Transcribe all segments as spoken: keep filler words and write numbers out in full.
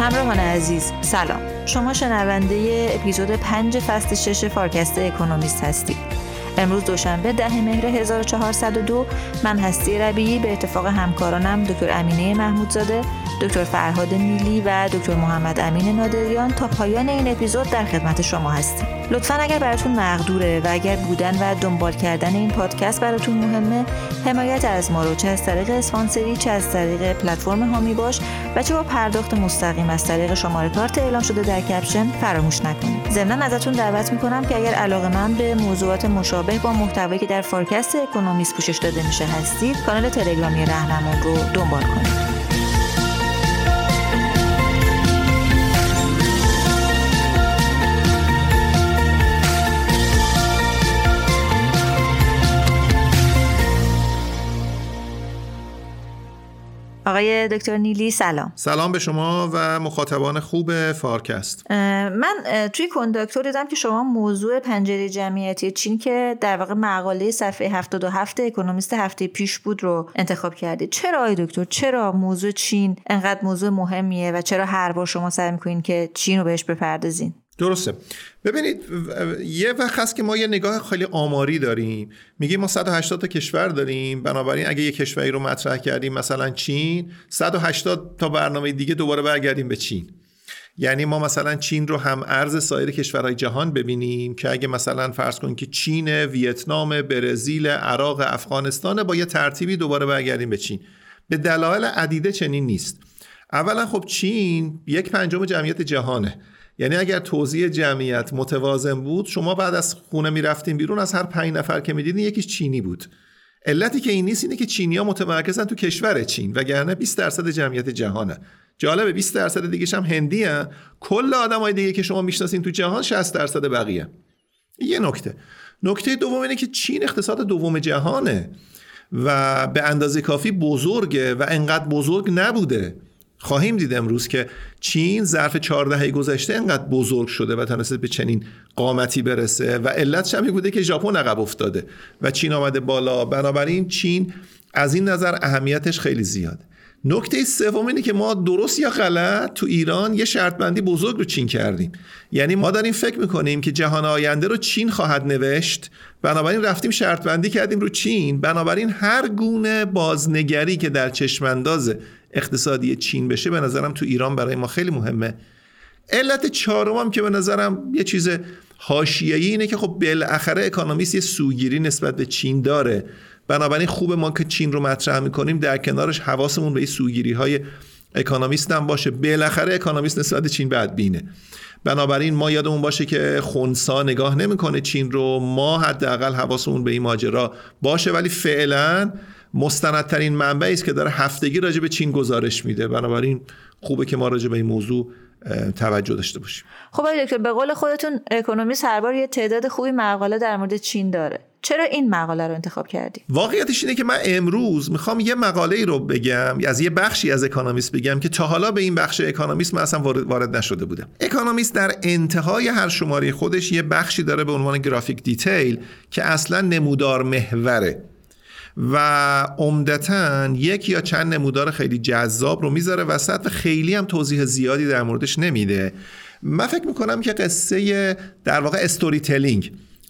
همراهان عزیز سلام. شما شنونده اپیزود پنج فصل شش فارکست اکونومیست هستید. امروز دوشنبه ده مهر هزار و چهارصد و دو من هستی ربیعی به اتفاق همکارانم دکتر امینه محمودزاده، دکتر فرهاد نیلی و دکتر محمد امین نادریان تا پایان این اپیزود در خدمت شما هستیم. لطفاً اگر براتون مقدوره و اگر بودن و دنبال کردن این پادکست براتون مهمه، حمایت از ما رو چه از طریق اسپانسری چه از طریق پلتفرم هامی باش و چه با پرداخت مستقیم از طریق شماره کارت اعلام شده در کپشن فراموش نکنید. ضمناً ازتون دعوت میکنم که اگر علاقه‌مند به موضوعات مشابه با محتوایی که در فارکست اکونومیست پوشش داده میشه هستید، کانال تلگرامی راهنمون رو دنبال کنید. آقای دکتر نیلی سلام. سلام به شما و مخاطبان خوب فارکست. من توی کنداکتور دیدم که شما موضوع پنجره جمعیتی چین که در واقع مقاله صفحه هفتاد و هفت اکونومیست هفته پیش بود رو انتخاب کردید. چرا آقای دکتر؟ چرا موضوع چین انقدر موضوع مهمیه و چرا هر بار شما سعی می‌کنین که چین رو بهش بپردازین؟ درسته. ببینید یه وقت هست که ما یه نگاه خیلی آماری داریم، میگیم ما صد و هشتاد تا کشور داریم، بنابراین اگه یه کشوری رو مطرح کردیم مثلا چین، صد و هشتاد تا برنامه دیگه دوباره برگردیم به چین. یعنی ما مثلا چین رو هم ارز سایر کشورهای جهان ببینیم که اگه مثلا فرض کنیم که چین، ویتنام، برزیل، عراق، افغانستان، با یه ترتیبی دوباره برگردیم به چین. به دلایل عدیده چنین نیست. اولا خب چین یک پنجم جمعیت جهانه، یعنی اگر توزیع جمعیت متوازن بود، شما بعد از خونه میرفتین بیرون از هر پنج نفر که میدیدین یکیش چینی بود. علتی که این نیست اینه که چینی‌ها متمرکزن تو کشور چین، وگرنه بیست درصد جمعیت جهانه. جالبه بیست درصد دیگه‌ش هم هندی هن. کل آدمای دیگه که شما میشناسین تو جهان شصت درصد بقیه. یه نکته. نکته دوم اینه که چین اقتصاد دوم جهانه و به اندازه کافی بزرگه و انقدر بزرگ نبوده. خواهیم دید امروز که چین ظرف چهار دهه گذشته انقدر بزرگ شده و تونسته به چنین قامتی برسه و علتش هم بوده که ژاپن عقب افتاده و چین آمده بالا. بنابراین چین از این نظر اهمیتش خیلی زیاده. نکته سوم اینه که ما درست یا غلط تو ایران یه شرط بندی بزرگ رو چین کردیم. یعنی ما داریم فکر میکنیم که جهان آینده رو چین خواهد نوشت، بنابراین رفتیم شرط بندی کردیم رو چین. بنابراین هر گونه بازنگری که در چشمانداز اقتصادی چین بشه به نظرم تو ایران برای ما خیلی مهمه. علت چهارم هم که به نظرم یه چیز حاشیه‌ای اینه که خب بالاخره اکونومیست یه سوگیری نسبت به چین داره، بنابراین خوب ما که چین رو مطرح میکنیم در کنارش حواسمون به این سوگیری‌های اکونومیست هم باشه. بالاخره اکونومیست نسبت به چین بدبینه، بنابراین ما یادمون باشه که خنثی نگاه نمیکنه چین رو، ما حداقل حواسمون به این ماجرا باشه. ولی فعلا مستندترین منبعی است که داره هفتگی راجع به چین گزارش میده، بنابراین خوبه که ما راجع به این موضوع توجه داشته باشیم. خب آقای دکتر، به قول خودتون اکونومیست هر بار یه تعداد خوبی مقاله در مورد چین داره. چرا این مقاله رو انتخاب کردی؟ واقعیتش اینه که من امروز میخوام یه مقاله‌ای رو بگم، از یه بخشی از اکونومیست بگم که تا حالا به این بخش اکونومیست من اصلا وارد نشده بودم. اکونومیست در انتهای هر شماره خودش یه بخشی داره به عنوان گرافیک دیتیل که اصلا نمودار محوره و عمدتاً یک یا چند نمودار خیلی جذاب رو میذاره وسط و خیلی هم توضیح زیادی در موردش نمیده. من فکر میکنم که قصه در واقع استوری تلینگ،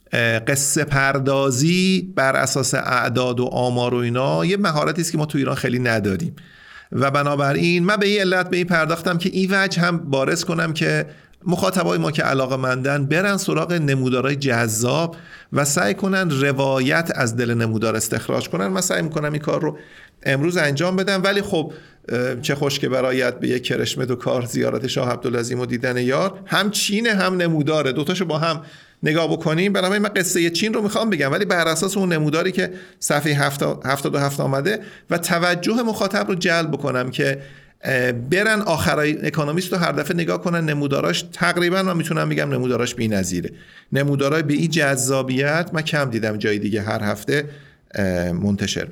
قصه پردازی بر اساس اعداد و آمار و اینا یه مهارتی است که ما تو ایران خیلی نداریم و بنابراین من به این علت به این پرداختم که این وجه هم بارز کنم که مخاطبای ما که علاقه‌مندن برن سراغ نمودارهای جذاب و سعی کنن روایت از دل نمودار استخراج کنن. من سعی میکنم این کار رو امروز انجام بدم، ولی خب چه خوش که برایت به یک کرشمه دو کار، زیارت شاه عبدالعظیم و دیدن یار، هم چین هم نموداره، دوتاشو با هم نگاه بکنیم. بنابراین من قصه چین رو میخوام بگم ولی بر اساس اون نموداری که صفحه هفتاد و هفت آمده و توجه مخاطب رو جلب بکنم که برن آخرای اکونومیست رو هر دفعه نگاه کنن نموداراش تقریبا من میتونم بگم نموداراش بی‌نظیره. نمودارای به این جذابیت من کم دیدم جای دیگه هر هفته منتشر بشه.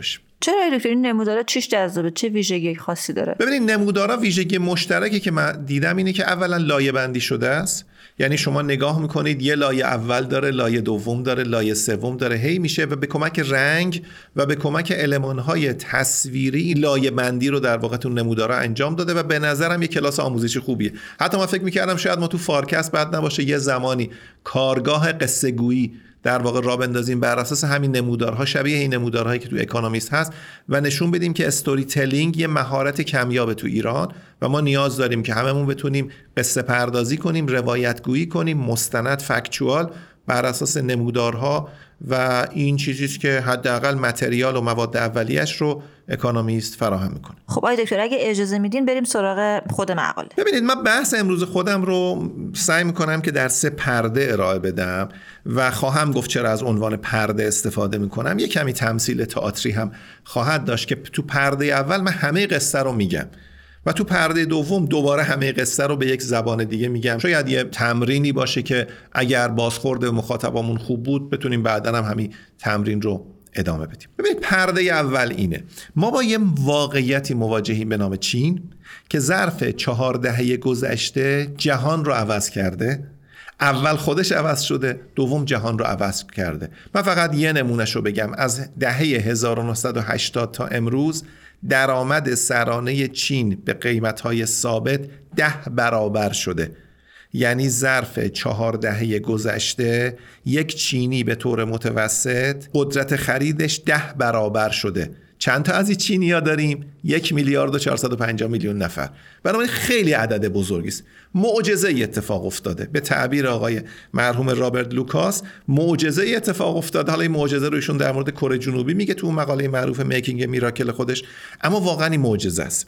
چرا دکتر این نمودارا چیش جذابه؟ چه ویژگی خاصی داره؟ ببینید نمودارا ویژگی مشترکی که من دیدم اینه که اولا لایه بندی شده است. یعنی شما نگاه میکنید یه لایه اول داره، لایه دوم داره، لایه سوم داره، هی میشه و به کمک رنگ و به کمک المانهای تصویری لایه بندی رو در واقع تو نمودارا انجام داده و به نظرم یه کلاس آموزشی خوبیه. حتی من فکر میکردم شاید ما تو فارکست بعد نباشه یه زمانی کارگاه قصه گویی در واقع راه بندازیم بر اساس همین نمودارها، شبیه این نمودارهایی که تو اکونومیست هست و نشون بدیم که استوری تلینگ یه مهارت کمیابه تو ایران و ما نیاز داریم که هممون بتونیم قصه پردازی کنیم، روایت گویی کنیم، مستند فکچوال بر اساس نمودارها و این چیزیست که حداقل متریال و مواد اولیه‌اش رو اکونومیست فراهم میکنه. خب آقای دکتر اگه اجازه میدین بریم سراغ خود مقاله. ببینید من بحث امروز خودم رو سعی میکنم که در سه پرده ارائه بدم و خواهم گفت چرا از عنوان پرده استفاده میکنم. یه کمی تمثیل تئاتری هم خواهد داشت که تو پرده اول من همه قصه رو میگم و تو پرده دوم دوباره همه قصه رو به یک زبان دیگه میگم. شاید یه تمرینی باشه که اگر بازخورد مخاطبامون خوب بود بتونیم بعداً هم همین تمرین رو ادامه بدیم. ببینید پرده اول اینه. ما با یه واقعیتی مواجهیم به نام چین که ظرف چهار دهه گذشته جهان رو عوض کرده. اول خودش عوض شده، دوم جهان رو عوض کرده. من فقط یه نمونه‌شو بگم. از دهه هزار و نهصد و هشتاد تا امروز درآمد سرانه چین به قیمت‌های ثابت ده برابر شده. یعنی ظرف چهار دهه گذشته یک چینی به طور متوسط قدرت خریدش ده برابر شده. چند تا از این چینی‌ها داریم؟ یک میلیارد و چهارصد و پنجاه میلیون نفر. بنابراین خیلی عدد بزرگی است. معجزه اتفاق افتاده. به تعبیر آقای مرحوم رابرت لوکاس معجزه اتفاق افتاده. حالا این معجزه رو ایشون در مورد کره جنوبی میگه تو مقاله معروف میکینگ میراکل خودش، اما واقعا این معجزه است.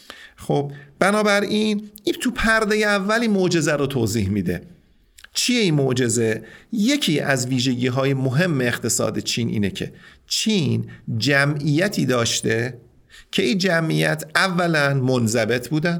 خب بنابراین این تو پرده اولی معجزه رو توضیح میده. چیه این معجزه؟ یکی از ویژگی‌های مهم اقتصاد چین اینه که چین جمعیتی داشته که این جمعیت اولا منضبط بودن،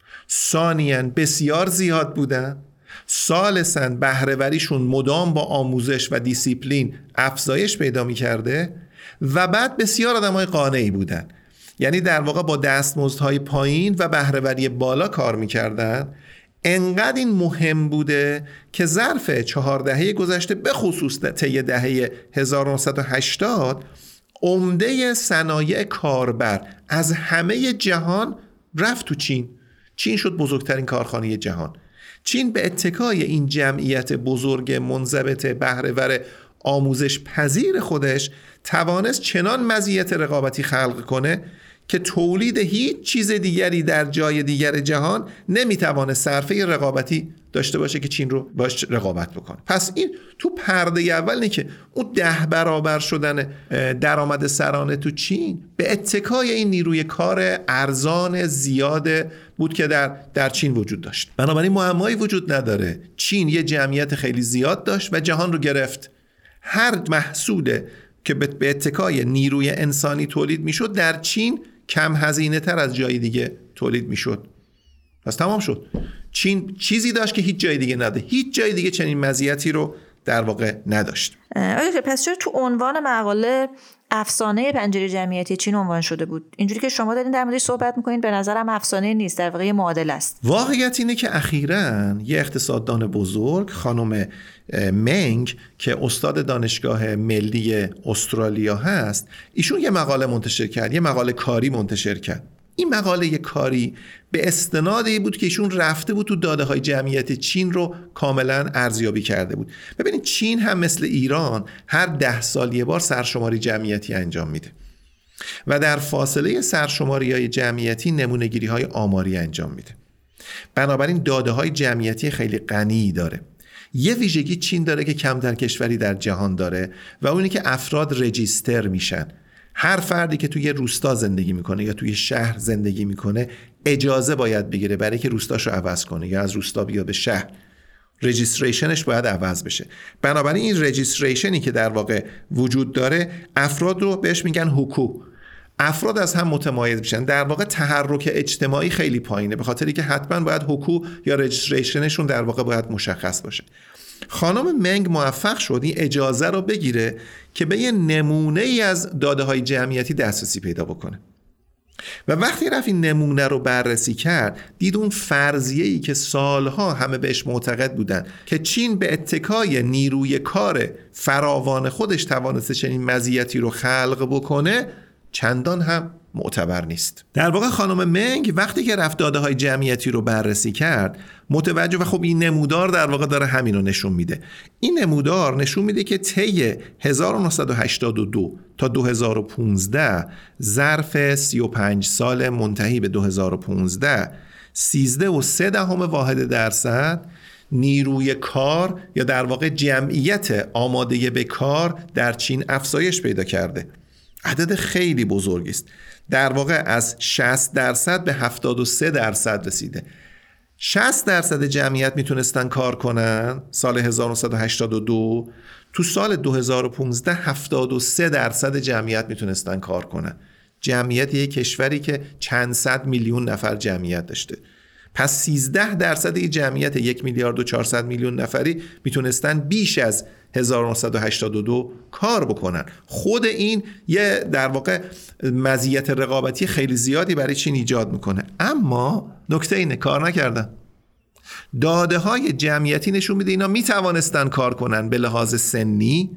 ثانیاً بسیار زیاد بودن، ثالثاً بهره‌وریشون مدام با آموزش و دیسیپلین افزایش پیدا می‌کرده و بعد بسیار آدم‌های قانعی بودن. یعنی در واقع با دستمزدهای پایین و بهره‌وری بالا کار می‌کردن. انقدر این مهم بوده که ظرف چهار دهه گذشته به خصوص طی دهه هزار و نهصد و هشتاد عمده صنایع کاربر از همه جهان رفت تو چین. چین شد بزرگترین کارخانه جهان. چین به اتکای این جمعیت بزرگ منضبط بهره‌ور آموزش پذیر خودش توانست چنان مزیت رقابتی خلق کنه که تولید هیچ چیز دیگری در جای دیگر جهان نمیتوانه صرفه رقابتی داشته باشه که چین رو باش رقابت بکنه. پس این تو پرده اول نه که اون ده برابر شدن درآمد سرانه تو چین به اتکای این نیروی کار ارزان زیاد بود که در در چین وجود داشت. بنابراین معمایی وجود نداره. چین یه جمعیت خیلی زیاد داشت و جهان رو گرفت. هر محصول که به اتکای نیروی انسانی تولید میشد در چین کم هزینه تر از جای دیگه تولید میشد. پس تمام شد. چین چیزی داشت که هیچ جای دیگه نداره. هیچ جای دیگه چنین مزیتی رو در واقع نداشت. آره، پس چرا تو عنوان مقاله افسانه پنجره جمعیتی چین عنوان شده بود؟ اینجوری که شما دارین در موردش صحبت میکنین به نظرم افسانه نیست، در واقع معادل است. واقعیت اینه که اخیراً یه اقتصاددان بزرگ خانم منگ که استاد دانشگاه ملی استرالیا هست، ایشون یه مقاله منتشر کرد، یه مقاله کاری منتشر کرد. این مقاله کاری به استنادی بود که ایشون رفته بود تو داده های جمعیت چین رو کاملا ارزیابی کرده بود. ببینید چین هم مثل ایران هر ده سال یه بار سرشماری جمعیتی انجام میده و در فاصله سرشماری های جمعیتی نمونه‌گیری های آماری انجام میده. بنابراین داده های جمعیتی خیلی غنی داره. یه ویژگی چین داره که کمتر کشوری در جهان داره و اونی که افراد رجیستر میشن. هر فردی که توی روستا زندگی میکنه یا توی شهر زندگی میکنه اجازه باید بگیره برای که روستاشو عوض کنه یا از روستا بیاد به شهر. رجیستریشنش باید عوض بشه. بنابراین این رجیستریشنی که در واقع وجود داره افراد رو بهش میگن حقوق. افراد از هم متمایز میشن. در واقع تحرک اجتماعی خیلی پایینه به خاطری که حتما باید حقوق یا رجیستریشنشون در واقع باید مشخص باشه. خانم منگ موفق شد این اجازه رو بگیره که به یه نمونه ای از داده های جمعیتی دسترسی پیدا بکنه و وقتی رفت این نمونه رو بررسی کرد دید اون فرضیه‌ای که سالها همه بهش معتقد بودن که چین به اتکای نیروی کار فراوان خودش توانسته چنین مزیتی رو خلق بکنه چندان هم معتبر نیست. در واقع خانم منگ وقتی که رفت داده های جمعیتی رو بررسی کرد متوجه و خب این نمودار در واقع داره همین رو نشون میده. این نمودار نشون میده که طی هزار و نهصد و هشتاد و دو تا دو هزار و پانزده ظرف سی و پنج سال منتهی به دو هزار و پانزده سیزده و سه دهم واحد درصد نیروی کار یا در واقع جمعیت آماده به کار در چین افزایش پیدا کرده. عدد خیلی بزرگی است. در واقع از شصت درصد به هفتاد و سه درصد رسیده. شصت درصد جمعیت میتونستن کار کنن سال هزار و نهصد و هشتاد و دو، تو سال دو هزار و پانزده هفتاد و سه درصد جمعیت میتونستن کار کنن. جمعیت یک کشوری که چند صد میلیون نفر جمعیت داشته. پس سیزده درصد این جمعیت یک میلیارد و چهارصد میلیون نفری میتونستن بیش از هزار و نهصد و هشتاد و دو کار بکنن. خود این یه در واقع مزیت رقابتی خیلی زیادی برای چین ایجاد میکنه. اما نکته اینه کار نکردن. داده های جمعیتی نشون میده اینا میتوانستن کار کنن به لحاظ سنی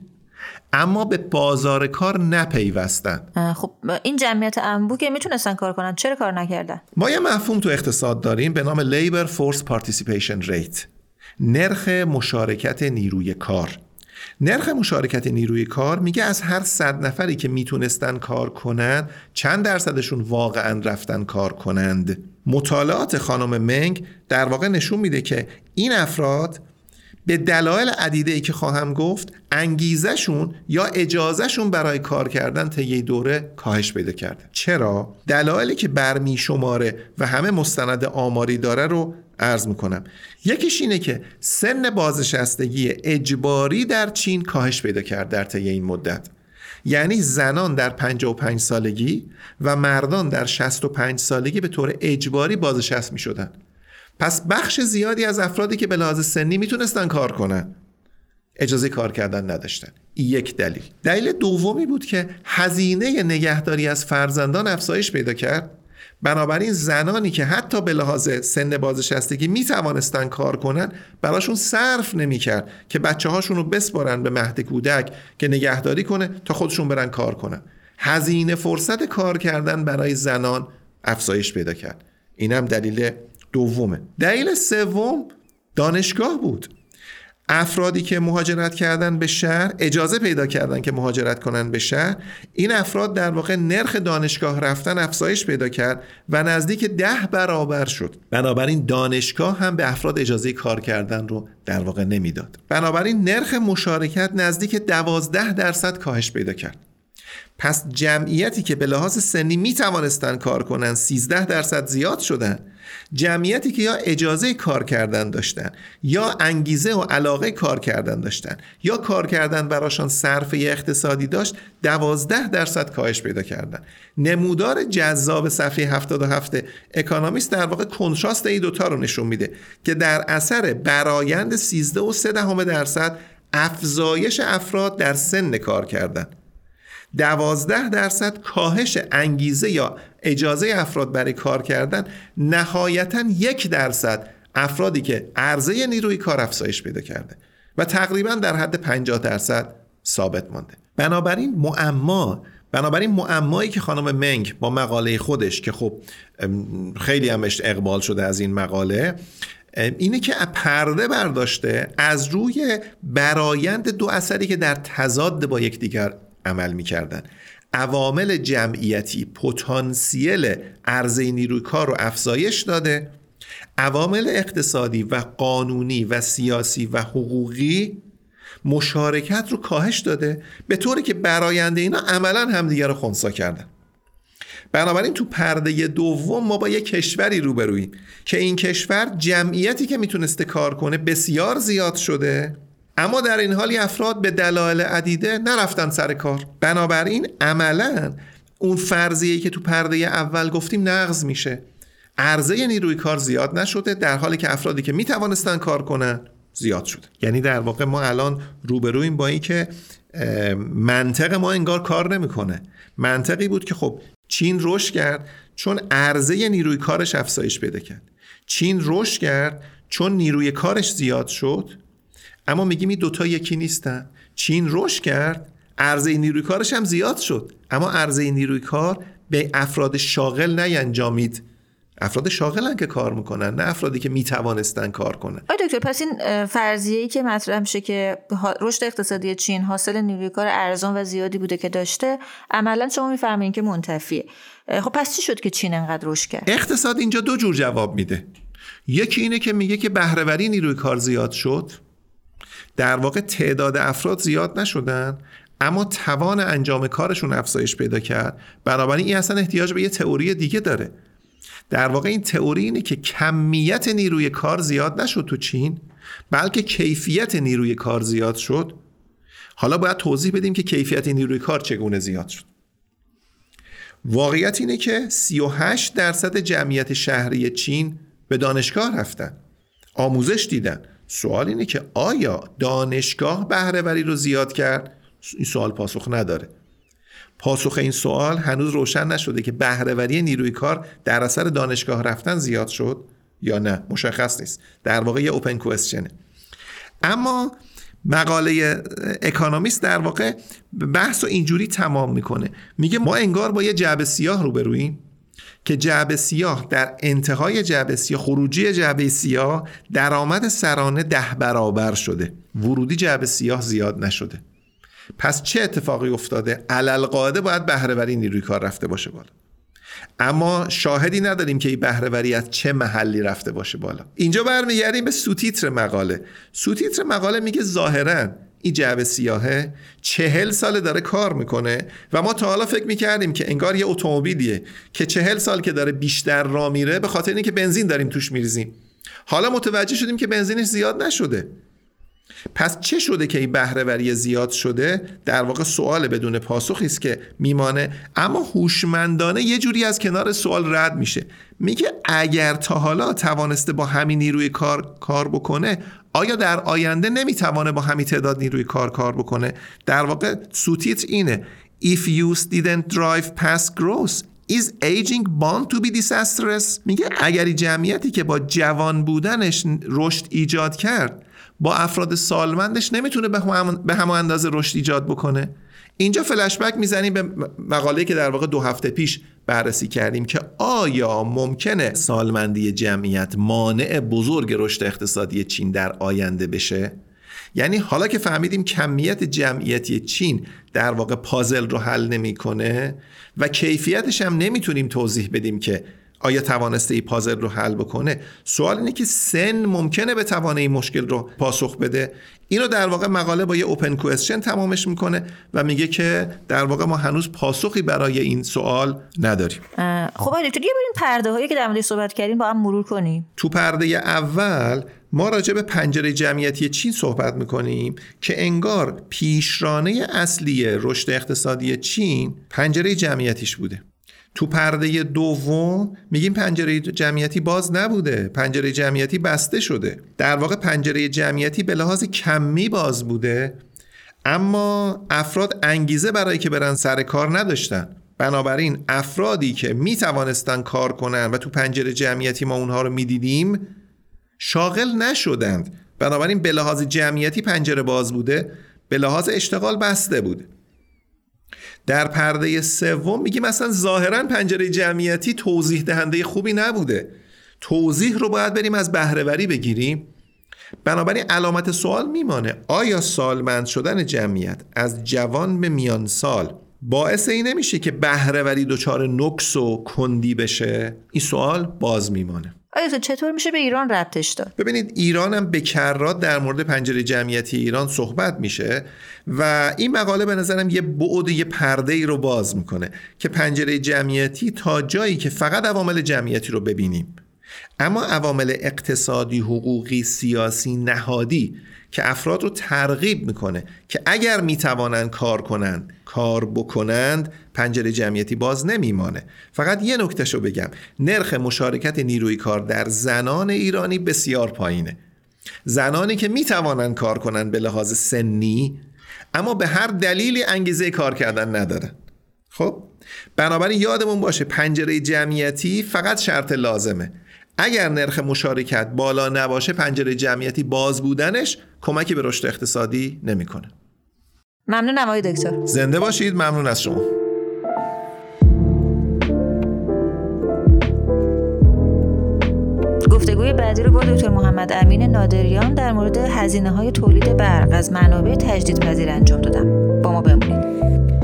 اما به بازار کار نپیوستن. خب این جمعیت انبوه که میتونستن کار کنن چرا کار نکردن؟ ما یه مفهوم تو اقتصاد داریم به نام Labor Force Participation Rate، نرخ مشارکت نیروی کار. نرخ مشارکت نیروی کار میگه از هر صد نفری که میتونستن کار کنند چند درصدشون واقعا رفتن کار کنند. مطالعات خانم منگ در واقع نشون میده که این افراد به دلایل عدیده‌ای که خواهم گفت انگیزشون یا اجازهشون برای کار کردن طی دوره کاهش پیدا کرده. چرا؟ دلایلی که برمی شماره و همه مستند آماری داره رو عرض میکنم. یکیش اینه که سن بازنشستگی اجباری در چین کاهش پیدا کرد در طی این مدت. یعنی زنان در پنجاه و پنج سالگی و مردان در شصت و پنج سالگی به طور اجباری بازنشسته میشدن. پس بخش زیادی از افرادی که به لحاظ سنی میتونستن کار کنن اجازه کار کردن نداشتن. این یک دلیل. دلیل دومی بود که هزینه نگهداری از فرزندان افزایش پیدا کرد. بنابراین زنانی که حتی به لحاظ سن بازنشستگی میتوانستن کار کنن براشون صرف نمیکرد که بچه هاشون رو بسپارن به مهد کودک که نگهداری کنه تا خودشون برن کار کنن. هزینه فرصت کار کردن برای زنان افزایش پیدا کرد. اینم دلیل دومه. دلیل سوم دانشگاه بود. افرادی که مهاجرت کردن به شهر اجازه پیدا کردن که مهاجرت کنن به شهر. این افراد در واقع نرخ دانشگاه رفتن افزایش پیدا کرد و نزدیک ده برابر شد. بنابراین دانشگاه هم به افراد اجازه کار کردن رو در واقع نمیداد. بنابراین نرخ مشارکت نزدیک دوازده درصد کاهش پیدا کرد. پس جمعیتی که به لحاظ سنی می توانستن کار کنن سیزده درصد زیاد شدن. جمعیتی که یا اجازه کار کردن داشتن یا انگیزه و علاقه کار کردن داشتن یا کار کردن براشان صرفه اقتصادی داشت دوازده درصد کاهش پیدا کردن. نمودار جذاب صفحه هفتاد و هفت اکونومیست در واقع کنتراست این دوتا رو نشون میده که در اثر برآیند سیزده و سه دهم درصد افزایش افراد در سن کار کردن، دوازده درصد کاهش انگیزه یا اجازه افراد برای کار کردن، نهایتاً یک درصد افرادی که عرضه نیروی کار افزایش پیدا کرده و تقریباً در حد پنجاه درصد ثابت مانده. بنابراین معما بنابراین معمایی که خانم منگ با مقاله خودش که خب خیلی همش اقبال شده از این مقاله اینه که پرده برداشته از روی برآیند دو اثری که در تضاد با یکدیگر عمل می‌کردن. عوامل جمعیتی پتانسیل عرضه نیروی کار رو افزایش داده، عوامل اقتصادی و قانونی و سیاسی و حقوقی مشارکت رو کاهش داده، به طوری که برآیند اینا عملاً همدیگر رو خنثی کردن. بنابراین تو پرده دوم ما با یک کشوری روبروییم که این کشور جمعیتی که میتونسته کار کنه بسیار زیاد شده، اما در این حال افراد به دلایل عدیده نرفتن سر کار. بنابراین عملاً اون فرضیه‌ای که تو پرده اول گفتیم نقض میشه. عرضه نیروی کار زیاد نشده در حالی که افرادی که میتوانستن کار کنن زیاد شده. یعنی در واقع ما الان روبرویم با این که منطق ما انگار کار نمیکنه. منطقی بود که خب چین رشد کرد چون عرضه نیروی کارش افزایش پیدا کرد. چین رشد کرد چون نیروی کارش زیاد شد. اما میگیم این دوتا یکی نیستن. چین رشد کرد، عرضه نیروی کارش هم زیاد شد، اما عرضه نیروی کار به افراد شاغل نینجامید. افراد شاغلن که کار میکنن، نه افرادی که میتوانستن کار کنن. آقای دکتر، پس این فرضیه‌ای که مطرح میشه که رشد اقتصادی چین حاصل نیروی کار ارزان و زیادی بوده که داشته، عملاً شما میفرمایید که منتفیه. خب پس چی شد که چین انقدر رشد کرد؟ اقتصاد اینجا دو جور جواب میده. یکی اینه که میگه که بهره‌وری نیروی کار زیاد شد، در واقع تعداد افراد زیاد نشدن اما توان انجام کارشون افزایش پیدا کرد، بنابراین این اصلا احتیاج به یه تئوری دیگه داره. در واقع این تئوری اینه که کمیت نیروی کار زیاد نشد تو چین، بلکه کیفیت نیروی کار زیاد شد. حالا باید توضیح بدیم که کیفیت نیروی کار چگونه زیاد شد. واقعیت اینه که سی و هشت درصد جمعیت شهری چین به دانشگاه رفتن، آموزش دیدن. سوال اینه که آیا دانشگاه بهره‌وری رو زیاد کرد؟ این سوال پاسخ نداره. پاسخ این سوال هنوز روشن نشده که بهره‌وری نیروی کار در اثر دانشگاه رفتن زیاد شد یا نه، مشخص نیست. در واقع یه اوپن کوئسچنه. اما مقاله اکانومیست در واقع بحث رو اینجوری تمام میکنه، میگه ما انگار با یه جعبه سیاه روبروییم که جعبه سیاه در انتهای جعبه سیاه، خروجی جعبه سیاه درآمد سرانه ده برابر شده، ورودی جعبه سیاه زیاد نشده. پس چه اتفاقی افتاده؟ علالقاعده باید بهره‌وری نیروی کار رفته باشه بالا، اما شاهدی نداریم که این بهره‌وری از چه محلی رفته باشه بالا. اینجا برمیگردیم به سوتیتر مقاله. سوتیتر مقاله میگه ظاهراً این جعبه سیاهه چهل سال داره کار میکنه و ما تا حالا فکر میکردیم که انگار یه اتومبیلیه که چهل سال که داره بیشتر راه میره به خاطر اینکه بنزین داریم توش میریزیم. حالا متوجه شدیم که بنزینش زیاد نشده. پس چه شده که این بهره‌وری زیاد شده؟ در واقع سوال بدون پاسخی است که میمانه، اما هوشمندانه یه جوری از کنار سوال رد میشه. میگه اگر تا حالا توانسته با همین نیروی کار کار بکنه، آیا در آینده نمیتوانه با همین تعداد نیروی کار کار بکنه؟ در واقع سوتیتر اینه: If use didn't drive past growth, is aging bound to be disastrous؟ میگه اگر جمعیتی که با جوان بودنش رشد ایجاد کرد با افراد سالمندش نمیتونه به هم به همون اندازه رشد ایجاد بکنه. اینجا فلش بک میزنیم به مقاله‌ای که در واقع دو هفته پیش بررسی کردیم که آیا ممکنه سالمندی جمعیت مانع بزرگ رشد اقتصادی چین در آینده بشه؟ یعنی حالا که فهمیدیم کمیت جمعیتی چین در واقع پازل رو حل نمیکنه و کیفیتش هم نمیتونیم توضیح بدیم که آیا توانسته این پازل رو حل بکنه، سوال اینه که سن ممکنه به توانه این مشکل رو پاسخ بده. اینو در واقع مقاله با یه اوپن کوئسچن تمامش میکنه و میگه که در واقع ما هنوز پاسخی برای این سوال نداریم. خب آقای دکتر، یه بریم پرده هایی که در موردش صحبت کردیم با هم مرور کنیم. تو پرده اول ما راجع به پنجره جمعیتی چین صحبت میکنیم که انگار پیشرانه اصلی رشد اقتصادی چین پنجره جمعیتیش بوده. تو پرده دوم میگیم پنجره جمعیتی باز نبوده، پنجره جمعیتی بسته شده. در واقع پنجره جمعیتی به لحاظ کمی باز بوده، اما افراد انگیزه برای که برن سر کار نداشتن. بنابراین افرادی که میتوانستن کار کنن و تو پنجره جمعیتی ما اونها رو میدیدیم شاغل نشدند. بنابراین به لحاظ جمعیتی پنجره باز بوده، به لحاظ اشتغال بسته بوده. در پرده سوم میگیم مثلا ظاهرا پنجره جمعیتی توضیح دهنده خوبی نبوده، توضیح رو باید بریم از بهره‌وری بگیریم. بنابراین علامت سوال میمانه: آیا سالمند شدن جمعیت از جوان به میان سال باعث این نمیشه که بهره‌وری دچار نقص و کندی بشه؟ این سوال باز میمانه. آیا چطور میشه به ایران ربطش داد؟ ببینید ایران هم به کرات در مورد پنجره جمعیتی ایران صحبت میشه و این مقاله به نظرم یه بعد، یه پرده ای رو باز میکنه که پنجره جمعیتی تا جایی که فقط عوامل جمعیتی رو ببینیم، اما عوامل اقتصادی، حقوقی، سیاسی، نهادی که افراد رو ترغیب میکنه که اگر میتوانند کار کنند کار بکنند، پنجره جمعیتی باز نمیمانه. فقط یه نکتهشو بگم: نرخ مشارکت نیروی کار در زنان ایرانی بسیار پایینه. زنانی که میتوانن کار کنن به لحاظ سنی اما به هر دلیلی انگیزه کار کردن ندارن. خب بنابراین یادمون باشه پنجره جمعیتی فقط شرط لازمه. اگر نرخ مشارکت بالا نباشه پنجره جمعیتی باز بودنش کمکی به رشد اقتصادی نمیکنه. ممنون آقای دکتر. زنده باشید. ممنون از شما. گفتگوی بعدی رو با دکتر محمد امین نادریان در مورد هزینه‌های تولید برق از منابع تجدیدپذیر انجام دادم. با ما بمونید.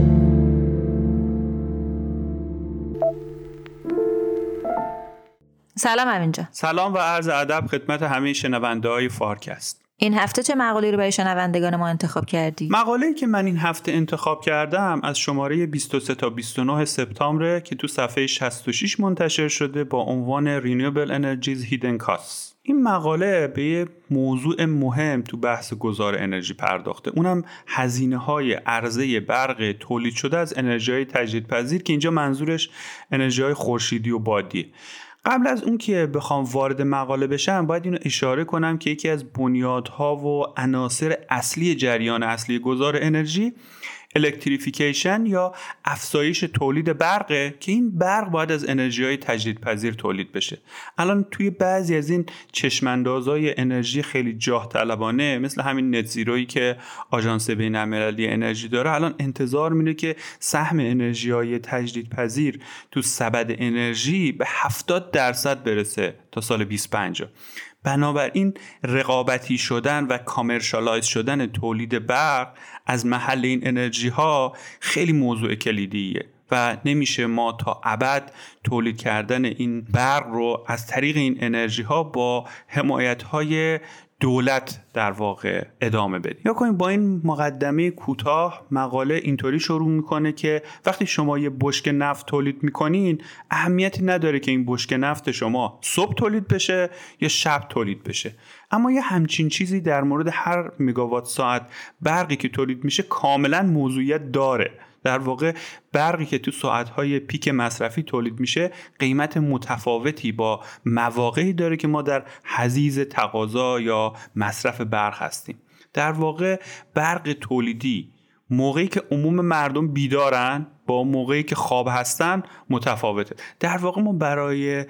سلام امین جان. سلام و عرض ادب خدمت همه شنونده‌های فارکست. این هفته چه مقاله‌ای رو برای شنوندگان ما انتخاب کردی؟ مقاله‌ای که من این هفته انتخاب کردم از شماره بیست و سه تا بیست و نه سپتامبر که تو صفحه شصت و شش منتشر شده با عنوان Renewable Energies Hidden Costs. این مقاله به یه موضوع مهم تو بحث گذار انرژی پرداخته، اونم هزینه‌های عرضه برق تولید شده از انرژی‌های تجدیدپذیر که اینجا منظورش انرژی‌های خورشیدی و بادی. قبل از اون که بخوام وارد مقاله بشم باید اینو اشاره کنم که یکی از بنیادها و عناصر اصلی جریان اصلی گذار انرژی الکتریفیکیشن یا افزایش تولید برقه که این برق باید از انرژی‌های تجدیدپذیر تولید بشه. الان توی بعضی از این چشم‌اندازهای انرژی خیلی جاه طلبانه مثل همین نت زیرویی که آژانس بین‌المللی انرژی داره الان انتظار میره که سهم انرژی‌های تجدیدپذیر تو سبد انرژی به هفتاد درصد برسه تا سال بیست و پنجاه. بنابراین رقابتی شدن و کامرشالایز شدن تولید برق از محل این انرژی ها خیلی موضوع کلیدیه و نمیشه ما تا ابد تولید کردن این برق رو از طریق این انرژی ها با حمایت های دولت در واقع ادامه بدیم. یا کنیم با این مقدمه کوتاه مقاله اینطوری شروع میکنه که وقتی شما یه بشکه نفت تولید میکنین اهمیتی نداره که این بشکه نفت شما صبح تولید بشه یا شب تولید بشه، اما یه همچین چیزی در مورد هر مگاوات ساعت برقی که تولید میشه کاملا موضوعیت داره. در واقع برقی که تو ساعتهای پیک مصرفی تولید میشه قیمت متفاوتی با مواقعی داره که ما در حضیض تقاضا یا مصرف برق هستیم. در واقع برق تولیدی موقعی که عموم مردم بیدارن با موقعی که خواب هستن متفاوته. در واقع ما برای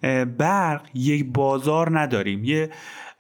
برق یک بازار نداریم، یه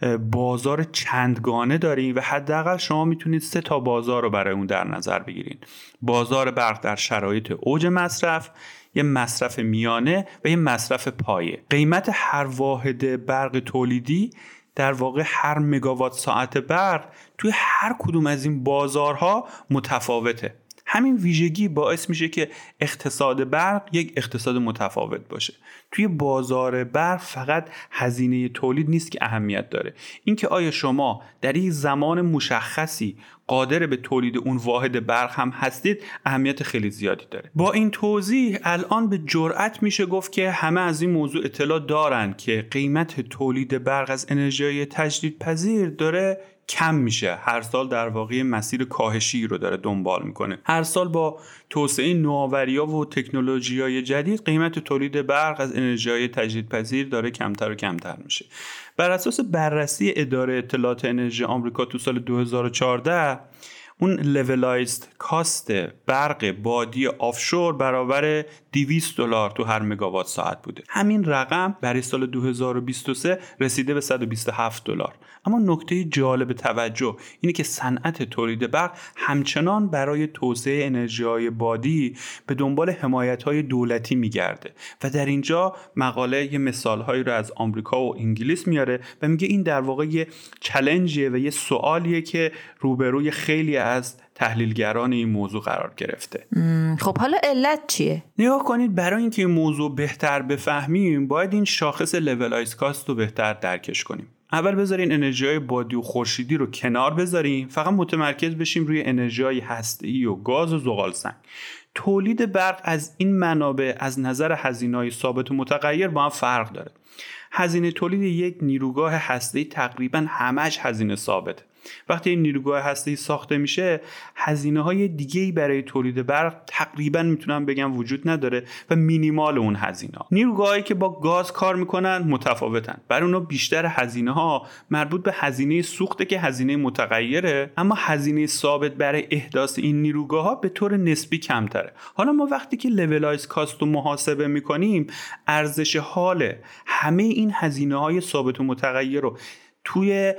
بازار چندگانه داریم و حداقل شما میتونید سه تا بازار رو برای اون در نظر بگیرید. بازار برق در شرایط اوج مصرف، یه مصرف میانه و یه مصرف پایه. قیمت هر واحد برق تولیدی در واقع هر مگاوات ساعت برق توی هر کدوم از این بازارها متفاوته. همین ویژگی باعث میشه که اقتصاد برق یک اقتصاد متفاوت باشه. توی بازار برق فقط هزینه تولید نیست که اهمیت داره، اینکه آیا شما در یک زمان مشخصی قادر به تولید اون واحد برق هم هستید اهمیت خیلی زیادی داره. با این توضیح الان به جرئت میشه گفت که همه از این موضوع اطلاع دارن که قیمت تولید برق از انرژی‌های تجدیدپذیر داره کم میشه. هر سال در واقع مسیر کاهشی رو داره دنبال میکنه. هر سال با توسعه نوآوری‌ها و تکنولوژی‌های جدید قیمت تولید برق از انرژی‌های تجدیدپذیر داره کمتر و کمتر میشه. بر اساس بررسی اداره اطلاعات انرژی آمریکا تو سال دو هزار و چهارده اون لولایزد کاست برق بادی آفشور برابر دویست دلار تو هر مگاوات ساعت بوده. همین رقم برای سال دو هزار و بیست و سه رسیده به صد و بیست و هفت دلار. اما نکته جالب توجه اینه که صنعت تولید برق همچنان برای توسعه انرژی‌های بادی به دنبال حمایت‌های دولتی میگرده و در اینجا مقاله یه مثال‌هایی رو از آمریکا و انگلیس میاره و میگه این در واقع یه چالنجیه و یه سوالیه که روبروی خیلی از تحلیلگران این موضوع قرار گرفته. خب حالا علت چیه؟ نگاه کنید، برای اینکه این موضوع بهتر بفهمیم باید این شاخص لولایز کاست رو بهتر درکش کنیم. اول بذارین انرژی‌های بادی و خورشیدی رو کنار بذاریم، فقط متمرکز بشیم روی انرژی‌های هسته‌ای و گاز و زغالسنگ. تولید برق از این منابع از نظر هزینه‌های ثابت و متغیر با هم فرق داره. هزینه تولید یک نیروگاه هسته‌ای تقریباً همش هزینه ثابته. وقتی این نیروگاه هسته‌ای ساخته میشه، هزینه‌های دیگه‌ای برای تولید برق تقریبا میتونم بگم وجود نداره و مینیمال اون هزینه. نیروگاهایی که با گاز کار میکنن متفاوتن. برای اونها بیشتر هزینه‌ها مربوط به هزینه سوخته که هزینه متغیره، اما هزینه ثابت برای احداث این نیروگاه‌ها به طور نسبی کمتره. حالا ما وقتی که لولایز کاست رو محاسبه میکنیم، ارزش حال همه این هزینه‌های ثابت و متغیر رو توی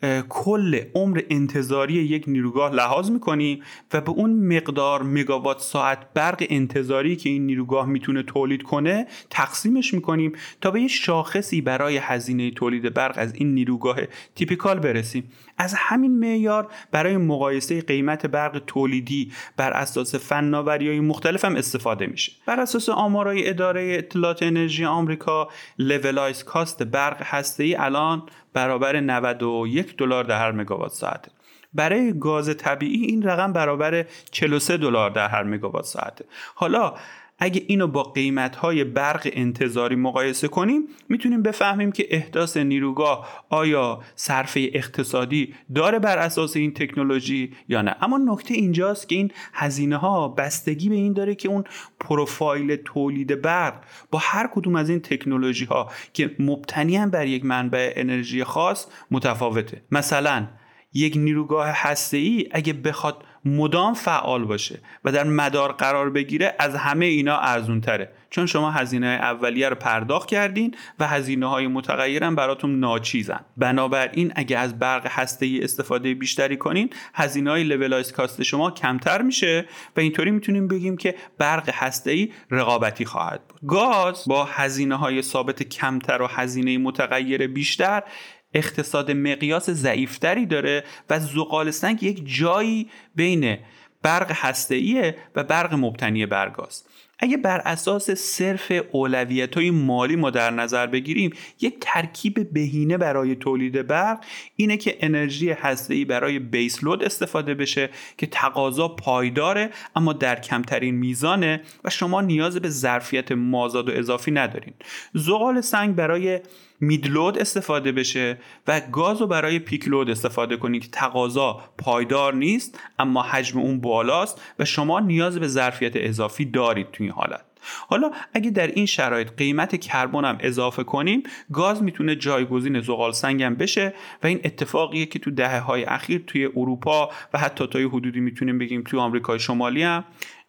کل عمر انتظاری یک نیروگاه لحاظ میکنیم و به اون مقدار مگاوات ساعت برق انتظاری که این نیروگاه میتونه تولید کنه تقسیمش میکنیم تا به یه شاخصی برای هزینه تولید برق از این نیروگاه تیپیکال برسیم. از همین معیار برای مقایسه قیمت برق تولیدی بر اساس فناوری‌های مختلف هم استفاده میشه. بر اساس آمارهای اداره اطلاعات انرژی آمریکا، لولایز کاست برق هسته‌ای الان برابر نود و یک دلار در هر مگاوات ساعت. برای گاز طبیعی این رقم برابر چهل و سه دلار در هر مگاوات ساعت. حالا اگه اینو با قیمت‌های برق انتظاری مقایسه کنیم، میتونیم بفهمیم که احداث نیروگاه آیا صرفه اقتصادی داره بر اساس این تکنولوژی یا نه. اما نکته اینجاست که این هزینه‌ها بستگی به این داره که اون پروفایل تولید برق با هر کدوم از این تکنولوژی‌ها که مبتنی‌اند بر یک منبع انرژی خاص متفاوته. مثلا یک نیروگاه هسته‌ای اگه بخواد مدام فعال باشه و در مدار قرار بگیره، از همه اینا ارزون تره، چون شما هزینه اولیه رو پرداخت کردین و هزینه های متغیرن براتون ناچیزن. بنابراین اگه از برق هسته‌ای استفاده بیشتری کنین، هزینه های لولایز کاست شما کمتر میشه و اینطوری میتونیم بگیم که برق هسته‌ای رقابتی خواهد بود. گاز با هزینه های ثابت کمتر و هزینه متغیر بیشتر اقتصاد مقیاس ضعیفتری داره و زغال سنگ یک جایی بین برق هسته‌ایه و برق مبتنی بر گاز. اگه بر اساس صرف اولویت‌های مالی ما در نظر بگیریم، یک ترکیب بهینه برای تولید برق اینه که انرژی هسته‌ای برای بیس لود استفاده بشه که تقاضا پایداره اما در کمترین میزانه و شما نیاز به ظرفیت مازاد و اضافی ندارین. زغال سنگ برای مید لود استفاده بشه و گاز رو برای پیک لود استفاده کنید که تقاضا پایدار نیست اما حجم اون بالاست و شما نیاز به ظرفیت اضافی دارید توی این حالت. حالا اگه در این شرایط قیمت کربن هم اضافه کنیم، گاز میتونه جایگزین زغال سنگ هم بشه و این اتفاقیه که تو دهه‌های اخیر توی اروپا و حتی تا یه حدودی میتونیم بگیم توی آمریکای شمالی هم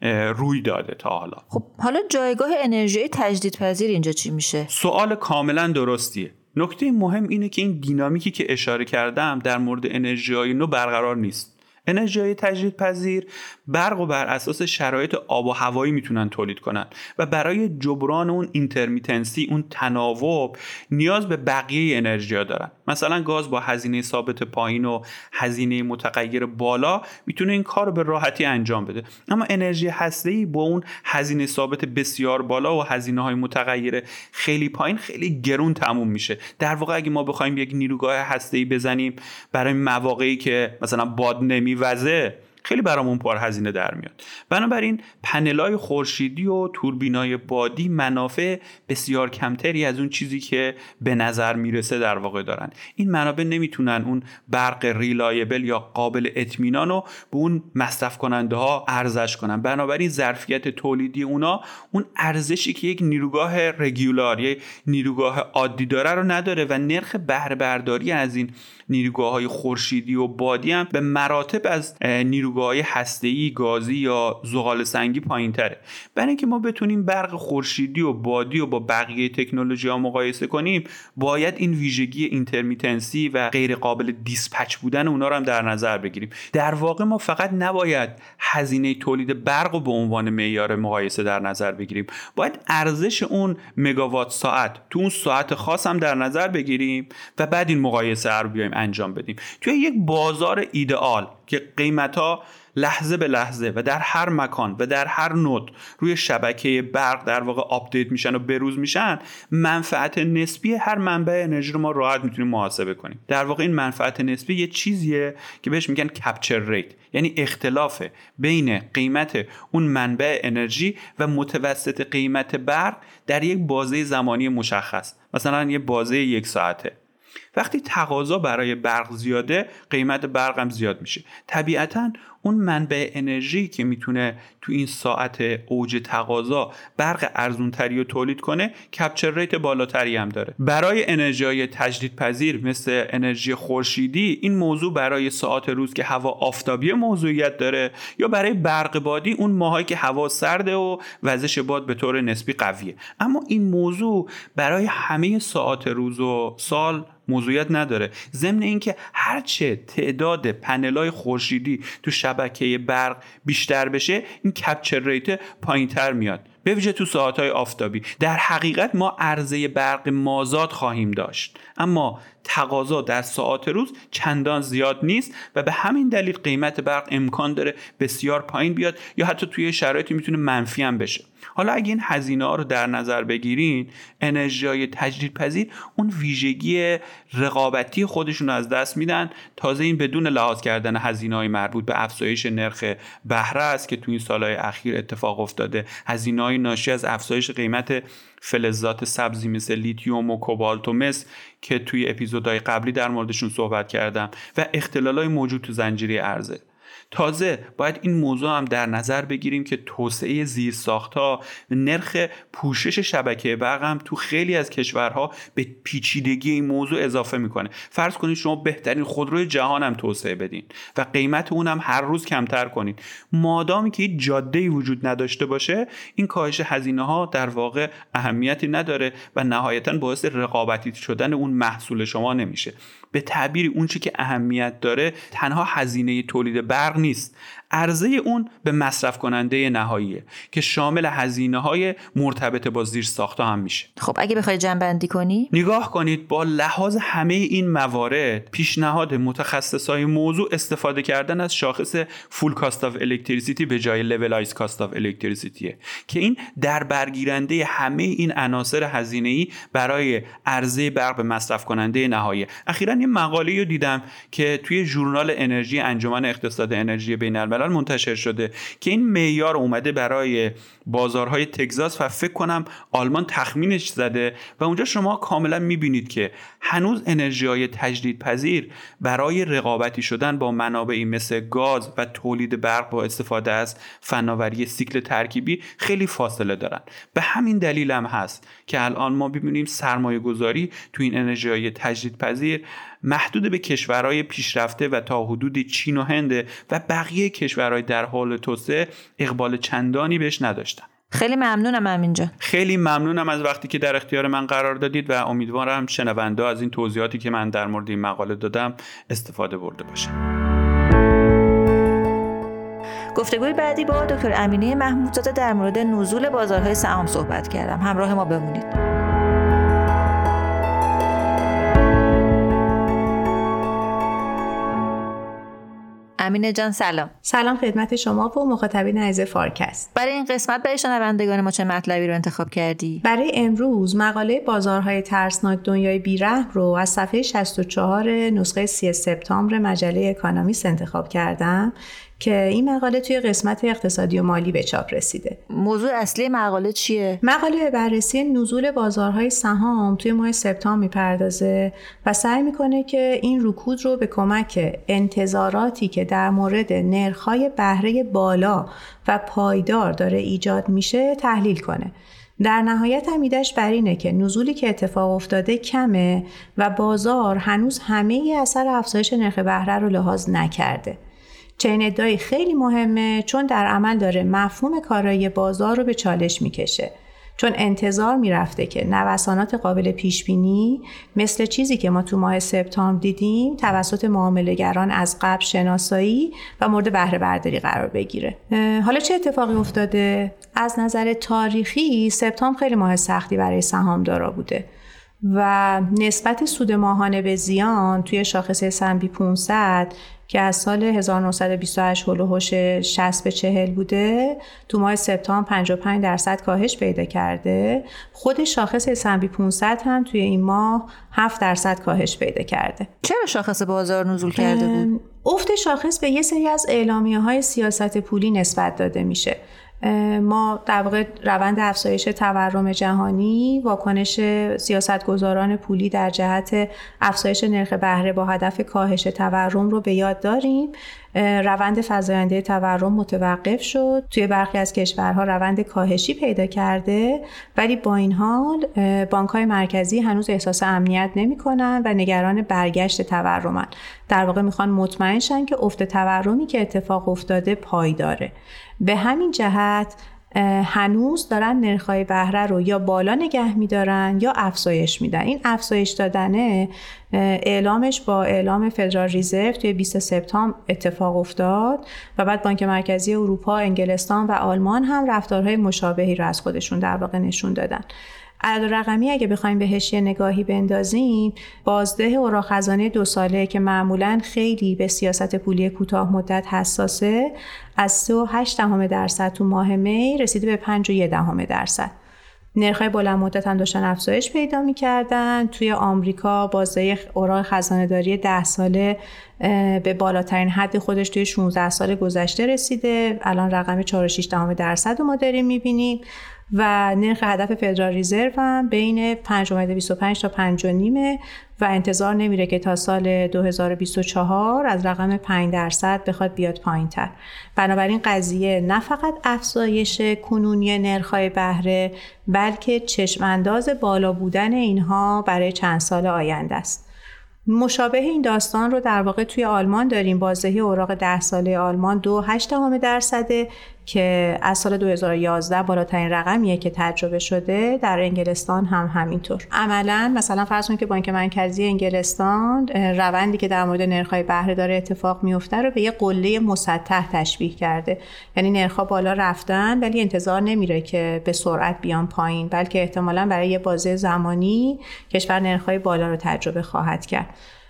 روی داده تا حالا. خب حالا جایگاه انرژی تجدیدپذیر اینجا چی میشه؟ سوال کاملا درستیه. نکته مهم اینه که این دینامیکی که اشاره کردم در مورد انرژی‌های نو برقرار نیست. انرژی‌های تجدیدپذیر برق و بر اساس شرایط آب و هوایی میتونن تولید کنن و برای جبران اون اینترمیتنسی، اون تناوب، نیاز به بقیه انرژی‌ها دارن. مثلا گاز با هزینه ثابت پایین و هزینه متغیر بالا میتونه این کار رو به راحتی انجام بده، اما انرژی هسته‌ای با اون هزینه ثابت بسیار بالا و هزینه‌های متغیر خیلی پایین خیلی گرون تموم میشه. در واقع اگه ما بخوایم یک نیروگاه هسته‌ای بزنیم برای مواقعی که مثلا باد نمیوزه، خیلی برامون پر هزینه در میاد. بنابراین پنل‌های خورشیدی و توربینای بادی منافع بسیار کمتری از اون چیزی که به نظر میرسه در واقع دارن. این منابع نمیتونن اون برق ریلایبل یا قابل اطمینان رو به اون مصرف کننده ها ارزش کنن. بنابراین ظرفیت تولیدی اونا اون ارزشی که یک نیروگاه رگولار یا نیروگاه عادی داره رو نداره و نرخ بهره برداری از این نیروگاه‌های خورشیدی و بادی هم به مراتب از نیروگاه‌های هسته‌ای، گازی یا زغال سنگی پایین‌تره. برای اینکه ما بتونیم برق خورشیدی و بادی رو با بقیه تکنولوژی‌ها مقایسه کنیم، باید این ویژگی اینترمیتنسی و غیر قابل دیسپچ بودن اونا رو هم در نظر بگیریم. در واقع ما فقط نباید هزینه تولید برق رو به عنوان معیار مقایسه در نظر بگیریم، باید ارزش اون مگاوات ساعت تو اون ساعت خاص هم در نظر بگیریم و بعد این مقایسه رو بیایم انجام بدیم. توی یک بازار ایدئال که قیمت‌ها لحظه به لحظه و در هر مکان و در هر نود روی شبکه برق در واقع آپدیت میشن و بروز میشن، منفعت نسبی هر منبع انرژی رو ما راحت میتونیم محاسبه کنیم. در واقع این منفعت نسبی یه چیزیه که بهش میگن کپچر ریت، یعنی اختلاف بین قیمت اون منبع انرژی و متوسط قیمت برق در یک بازه زمانی مشخص، مثلا یه بازه یک ساعته. وقتی تقاضا برای برق زیاده، قیمت برق هم زیاد میشه. طبیعتاً اون منبع انرژی که میتونه تو این ساعت اوج تقاضا برق ارزونتری رو تولید کنه، کپچر ریت بالاتری هم داره. برای انرژی‌های تجدیدپذیر مثل انرژی خورشیدی این موضوع برای ساعات روز که هوا آفتابی موضوعیت داره، یا برای برق بادی اون ماهایی که هوا سرده و وزش باد به طور نسبی قویه. اما این موضوع برای همه ساعات روز و سال موضوعیت نداره. ضمن اینکه هرچه تعداد پنل‌های خورشیدی تو شبکه برق بیشتر بشه، این کپچر ریت پایین‌تر میاد، به ویژه تو ساعت‌های آفتابی. در حقیقت ما عرضه برق مازاد خواهیم داشت، اما تقاضا در ساعات روز چندان زیاد نیست و به همین دلیل قیمت برق امکان داره بسیار پایین بیاد یا حتی توی شرایطی میتونه منفی هم بشه. حالا اگه این هزینه ها رو در نظر بگیرین، انرژی‌های تجدیدپذیر اون ویژگی رقابتی خودشون رو از دست میدن. تازه این بدون لحاظ کردن هزینه‌های مربوط به افزایش نرخ بهره است که تو این سالهای اخیر اتفاق افتاده، هزینه‌های ناشی از افزایش قیمت فلزات سبزی مثل لیتیوم و کوبالت و مس که توی اپیزودهای قبلی در موردشون صحبت کردم و اختلالای موجود تو زنجیره عرضه. تازه باید این موضوع هم در نظر بگیریم که توسعه زیرساخت‌ها و نرخ پوشش شبکه برق هم تو خیلی از کشورها به پیچیدگی این موضوع اضافه میکنه. فرض کنید شما بهترین خودروی جهان هم توسعه بدین و قیمت اون هم هر روز کمتر کنین، مادامی که هیچ جاده‌ای وجود نداشته باشه، این کاهش هزینه‌ها در واقع اهمیتی نداره و نهایتاً باعث رقابتی شدن اون محصول شما نمیشه. به تعبیری اون چی که اهمیت داره تنها هزینه تولید برق نیست، عرضه اون به مصرف کننده نهاییه که شامل هزینه‌های مرتبط با زیر ساخت‌ها هم میشه. خب اگه بخوای جمع‌بندی کنی، نگاه کنید با لحاظ همه این موارد، پیشنهاد متخصصای موضوع استفاده کردن از شاخص فول کاست آف الکتریسیتی به جای لولایز کاست آف الکتریسیتیه که این در برگیرنده همه این عناصر هزینه‌ای برای عرضه برق به مصرف کننده نهایی. اخیراً یه مقاله‌ای رو دیدم که توی ژورنال انرژی انجمن اقتصاد انرژی بین‌الملل منتشر شده که این معیار اومده برای بازارهای تگزاس و فکر کنم آلمان تخمینش زده و اونجا شما کاملا میبینید که هنوز انرژی‌های تجدیدپذیر برای رقابتی شدن با منابعی مثل گاز و تولید برق با استفاده از فناوری سیکل ترکیبی خیلی فاصله دارن. به همین دلیل هم هست که الان ما ببینیم سرمایه گذاری تو این انرژی‌های تجدیدپذیر محدود به کشورهای پیشرفته و تا حدودی چین و هند و بقیه کشورهای در حال توسعه اقبال چندانی بهش نداشتن. خیلی ممنونم امین جان. خیلی ممنونم از وقتی که در اختیار من قرار دادید و امیدوارم شنونده از این توضیحاتی که من در مورد این مقاله دادم استفاده برده باشن. گفتگوی بعدی با دکتر امینه محمودزاده در مورد نزول بازارهای سهام صحبت کردم. همراه ما بمونید. امینه جان سلام. سلام خدمت شما و مخاطبین عزیز فارکست. برای این قسمت برای شنوندگان ما چه مطلبی رو انتخاب کردی؟ برای امروز مقاله بازارهای ترسناک دنیای بی‌رحم رو از صفحه شصت و چهار نسخه سی سپتامبر مجله اکونومیست انتخاب کردم که این مقاله توی قسمت اقتصادی و مالی به چاپ رسیده. موضوع اصلی مقاله چیه؟ مقاله به بررسی نزول بازارهای سهام توی ماه سپتامبر میپردازه و سعی میکنه که این رکود رو به کمک انتظاراتی که در مورد نرخ‌های بهره بالا و پایدار داره ایجاد میشه تحلیل کنه. در نهایت هم ایده‌اش بر اینه که نزولی که اتفاق افتاده کمه و بازار هنوز همه اثر افزایش نرخ بهره رو لحاظ نکرده. چنین ادعایی خیلی مهمه چون در عمل داره مفهوم کارایی بازار رو به چالش میکشه، چون انتظار میرفته که نوسانات قابل پیش بینی مثل چیزی که ما تو ماه سپتامبر دیدیم توسط معامله‌گران از قبل شناسایی و مورد بهره برداری قرار بگیره. حالا چه اتفاقی افتاده؟ از نظر تاریخی سپتامبر خیلی ماه سختی برای سهامدارا بوده و نسبت سود ماهانه به زیان توی شاخص اس اند پی پانصد که از سال هزار و نهصد و بیست و هشت هول و هوش شصت به چهل بوده تو ماه سپتامبر پنجاه و پنج درصد کاهش پیدا کرده. خود شاخص اس اند پی پانصد هم توی این ماه هفت درصد کاهش پیدا کرده. چرا شاخص بازار نزول کرده بود؟ افت شاخص به یه سری از اعلامیه‌های سیاست پولی نسبت داده میشه. ما در واقع روند افزایش تورم جهانی، واکنش سیاستگزاران پولی در جهت افزایش نرخ بهره با هدف کاهش تورم رو به یاد داریم. روند فزاینده تورم متوقف شد، توی برخی از کشورها روند کاهشی پیدا کرده، ولی با این حال بانک‌های مرکزی هنوز احساس امنیت نمی‌کنن و نگران برگشت تورمن. در واقع میخوان مطمئن شن که افت تورمی که اتفاق افتاده پایداره. به همین جهت هنوز دارن نرخ‌های بهره رو یا بالا نگه می‌دارن یا افزایش میدن. این افزایش دادنه اعلامش با اعلام فدرال رزرو توی بیست سپتامبر اتفاق افتاد و بعد بانک مرکزی اروپا، انگلستان و آلمان هم رفتارهای مشابهی رو از خودشون در واقع نشون دادن. عدد رقمی اگه بخوایم بهش یه نگاهی بندازیم، بازده اوراق خزانه دو ساله که معمولاً خیلی به سیاست پولی کوتاه مدت حساسه، از سه و هشت دهم درصد تو ماه می رسیده به پنج و یک دهم درصد. نرخ‌های بلند مدت هم داشتن افزایش پیدا می‌کردن. توی آمریکا بازده اوراق خزانه‌داری ده ساله به بالاترین حد خودش توی شانزده سال گذشته رسیده. الان رقم چهار و شش دهم درصد رو ما داریم می‌بینیم و نرخ هدف فدرال رزرو هم بین پنج و بیست و پنج تا پنج و نیم و انتظار نمیره که تا سال دو هزار و بیست و چهار از رقم پنج درصد بخواد بیاد پایین‌تر. بنابراین قضیه نه فقط افزایش کنونی نرخ‌های بهره، بلکه چشم‌انداز بالا بودن اینها برای چند سال آینده است. مشابه این داستان رو در واقع توی آلمان داریم. بازدهی اوراق ده ساله آلمان دو و هشت دهم درصده که از سال دو هزار و یازده بالاترین رقمیه که تجربه شده. در انگلستان هم همینطور. عملاً مثلا فرض کنید که بانک مرکزی انگلستان روندی که در مورد نرخ‌های بهره داره اتفاق میفته رو به یه قله مسطح تشبیه کرده. یعنی نرخ‌ها بالا رفتن ولی انتظار نمیره که به سرعت بیان پایین، بلکه احتمالاً برای یه بازه زمانی کشور نرخ‌های بالا رو تجربه خواهد کرد.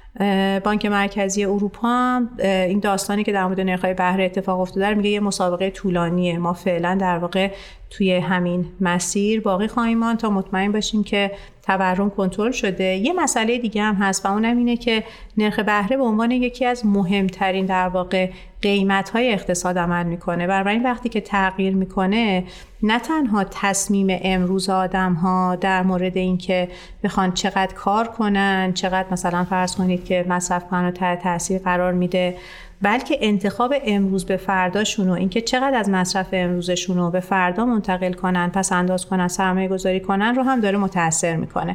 بانک مرکزی اروپا هم این داستانی که در مورد نرخ‌های بهره اتفاق افتاده میگه یه مسابقه طولانیه. ما فعلا در واقع توی همین مسیر باقی خواهیم ماند تا مطمئن باشیم که تورم کنترل شده. یه مسئله دیگه هم هست و اونم اینه که نرخ بهره به عنوان یکی از مهمترین در واقع قیمت‌های اقتصاد عمل میکنه. بنابراین وقتی که تغییر میکنه، نه تنها تصمیم امروز آدم‌ها در مورد اینکه بخوان چقدر کار کنن، چقدر مثلا فرض کنید که مصرف کنن رو تحت تاثیر قرار میده، بلکه انتخاب امروز به فرداشون و اینکه چقدر از مصرف امروزشون رو به فردا منتقل کنن، پس انداز کنن، سرمایه گذاری کنن رو هم داره متأثر میکنه.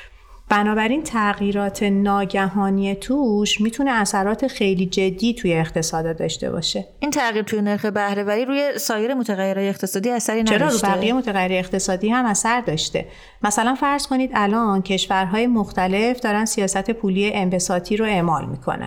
بنابراین تغییرات ناگهانی توش میتونه اثرات خیلی جدی توی اقتصاد داشته باشه. این تغییر توی نرخ بهره وری روی سایر متغیرهای اقتصادی اثری نداشته؟ چرا، رو بقیه متغیرهای اقتصادی هم اثر داشته. مثلا فرض کنید الان کشورهای مختلف دارن سیاست پولی انبساطی رو اعمال میکنن،